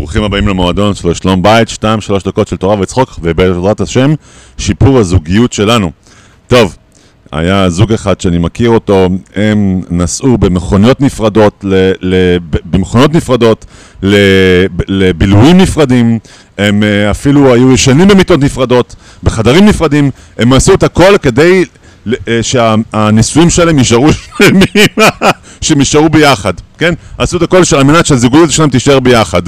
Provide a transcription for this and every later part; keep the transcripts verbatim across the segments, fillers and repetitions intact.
ברוכים הבאים למועדון של שלום בית, שתיים, שלוש דקות של תורה וצחוק, ובעזרת השם, שיפור הזוגיות שלנו. טוב, היה זוג אחד שאני מכיר אותו, הם נסעו במכוניות נפרדות, ל, ל, במכוניות נפרדות, לבילויים נפרדים, הם אפילו היו ישנים במיטות נפרדות, בחדרים נפרדים, הם עשו את הכל כדי שהנישואים שלהם יישארו שלמים, שהם יישארו ביחד, כן? עשו את הכל על מנת שהזוגיות שלהם תישאר ביחד.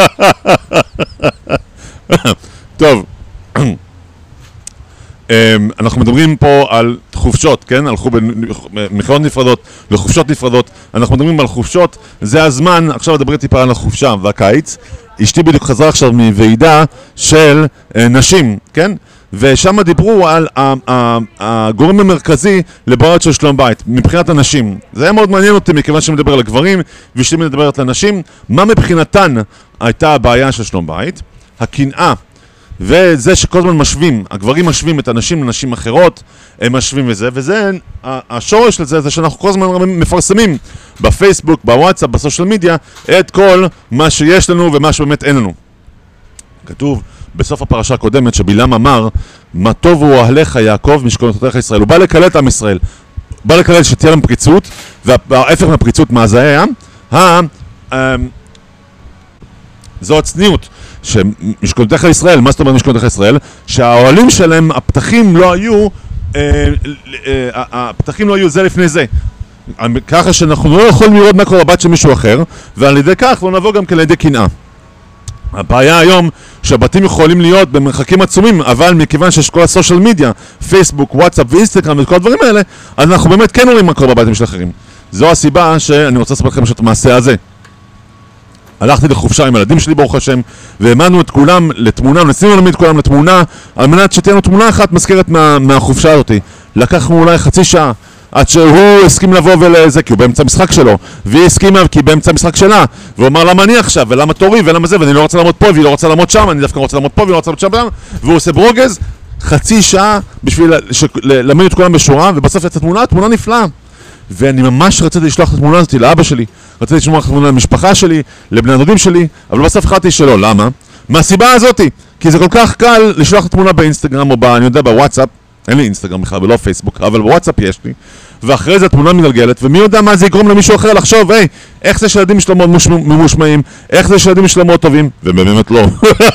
טוב, אנחנו מדברים פה על חופשות, כן? הלכו במכוניות נפרדות לחופשות נפרדות. אנחנו מדברים על חופשות, זה הזמן, עכשיו נדבר טיפה על החופשה והקיץ. אשתי בדיוק חזרה עכשיו מוועידה של נשים, כן? ושם דיברו על הגורם המרכזי לבעיות של שלום בית, מבחינת הנשים. זה היה מאוד מעניין אותי, מכיוון שאני מדבר על הגברים, ואשתי מדברת לנשים. מה מבחינתן הייתה הבעיה של שלום בית? הקנאה. וזה שכל הזמן משווים, הגברים משווים את הנשים לנשים אחרות, הם משווים וזה, וזה, השורש של זה, זה שאנחנו כל הזמן מפרסמים בפייסבוק, בוואטסאפ, בסושיאל מדיה, את כל מה שיש לנו ומה שבאמת אין לנו. כתוב בסוף הפרשה הקודמת שבלעם אמר, מה טוב הוא אהליך יעקב משכנותיך ישראל. הוא בא לקלל את עם ישראל, הוא בא לקלל שתהיה להם פריצות, וההפך מהפריצות מה זה היה? זו הצניעות. שמשכנותיך ישראל, מה זאת אומרת משכנותיך ישראל? שהאוהלים שלהם, הפתחים לא היו, הפתחים לא היו זה לפני זה. ככה שאנחנו לא יכולים לראות מה קורה בבת של מישהו אחר, ועל ידי כך לא נבוא גם כן לידי קנאה. הבעיה היום שהבתים יכולים להיות במרחקים עצומים, אבל מכיוון שיש כל הסושיאל מדיה, פייסבוק, וואטסאפ ואינסטגרם וכל הדברים האלה, אז אנחנו באמת כן רואים מה קורה בבתים של אחרים. זו הסיבה שאני רוצה לספר לכם את המעשה הזה. הלכתי לחופשה עם הילדים שלי ברוך השם, והעמדנו את כולם לתמונה, ניסינו להעמיד את כולם לתמונה, על מנת שתהיה לנו תמונה אחת מזכרת מה, מהחופשה הזאת. לקחנו אולי חצי שעה, עד שהוא הסכים לבוא ולזה, כי הוא באמצע המשחק שלו, והיא הסכימה כי היא באמצע המשחק שלה, והוא אמר למה אני עכשיו, ולמה תורי, ולמה זה, ואני לא רוצה לעמוד פה, והיא לא רוצה לעמוד שם, אני דווקא רוצה לעמוד פה, והיא לא רוצה לעמוד שם, והוא עושה ברוגז, חצי שעה בשביל להעמיד את כולם בשורה, ובסוף יצאה תמונה, תמונה נפלאה. ואני ממש רציתי לשלוח את התמונה הזאת לאבא שלי, רציתי לשלוח את התמונה למשפחה שלי, לבני הדודים שלי, אבל בסוף החלטתי שלא. למה? מהסיבה הזאת, כי זה כל כך קל לשלוח את התמונה באינסטגרם או ב, אני יודע, בוואטסאפ, אין לי אינסטגרם בכלל ולא פייסבוק, אבל בוואטסאפ יש לי, ואחרי זה התמונה מגלגלת, ומי יודע מה זה יגרום למישהו אחר לחשוב, היי, איך זה שילדים שלו מאוד ממושמעים, איך זה שילדים שלו מאוד טובים, ובאמת לא.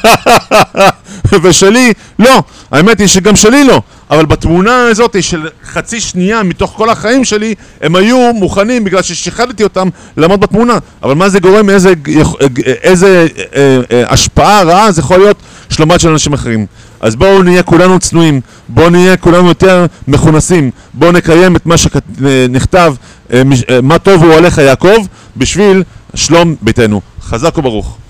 ושלי, לא, האמת היא שגם שלי לא, אבל בתמונה הזאת של חצי שנייה מתוך כל החיים שלי, הם היו מוכנים בגלל ששיחדתי אותם לעמוד בתמונה. אבל מה זה גורם, איזה, איזה אה, אה, השפעה רעה זה יכול להיות שלומת של אנשים אחרים. אז בואו נהיה כולנו צנועים, בואו נהיה כולנו יותר מכונסים, בואו נקיים את מה שנכתב, אה, מה טוב הוא אהליך יעקב, בשביל שלום ביתנו. חזק וברוך.